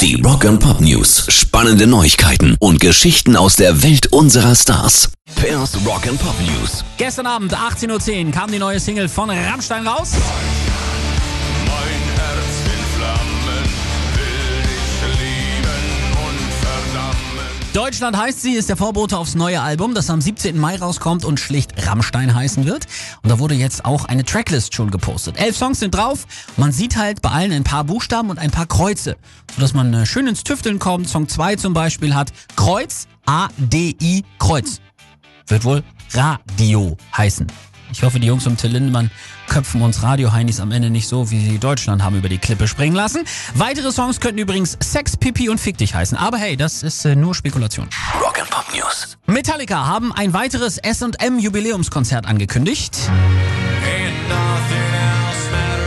Die Rock and Pop News. Spannende Neuigkeiten und Geschichten aus der Welt unserer Stars. Pairs Rock and Pop News. Gestern Abend, 18:10 Uhr, kam die neue Single von Rammstein raus. Mein Herz in Flammen, will dich lieben und verdammen. Deutschland heißt sie, ist der Vorbote aufs neue Album, das am 17. Mai rauskommt und schlicht Rammstein heißen wird. Und da wurde jetzt auch eine Tracklist schon gepostet. 11 Songs sind drauf. Man sieht halt bei allen ein paar Buchstaben und ein paar Kreuze, sodass man schön ins Tüfteln kommt. Song 2 zum Beispiel hat Kreuz, A-D-I, Kreuz. Wird wohl Radio heißen. Ich hoffe, die Jungs um Till Lindemann köpfen uns Radio-Heinis am Ende nicht so, wie sie Deutschland haben über die Klippe springen lassen. Weitere Songs könnten übrigens Sex, Pipi und Fick dich heißen. Aber hey, das ist nur Spekulation. Rock and Pop News. Metallica haben ein weiteres S&M Jubiläumskonzert angekündigt. Ain't nothing else matters.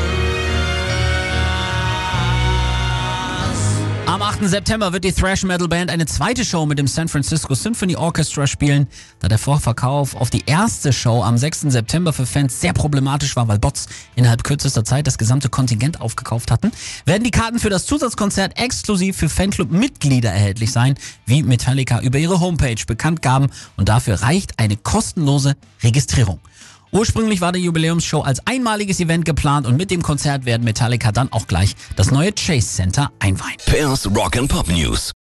Am 8. September wird die Thrash-Metal-Band eine zweite Show mit dem San Francisco Symphony Orchestra spielen. Da der Vorverkauf auf die erste Show am 6. September für Fans sehr problematisch war, weil Bots innerhalb kürzester Zeit das gesamte Kontingent aufgekauft hatten, werden die Karten für das Zusatzkonzert exklusiv für Fanclub-Mitglieder erhältlich sein, wie Metallica über ihre Homepage bekannt gaben. Und dafür reicht eine kostenlose Registrierung. Ursprünglich war die Jubiläumsshow als einmaliges Event geplant und mit dem Konzert werden Metallica dann auch gleich das neue Chase Center einweihen. Pairs Rock and Pop News.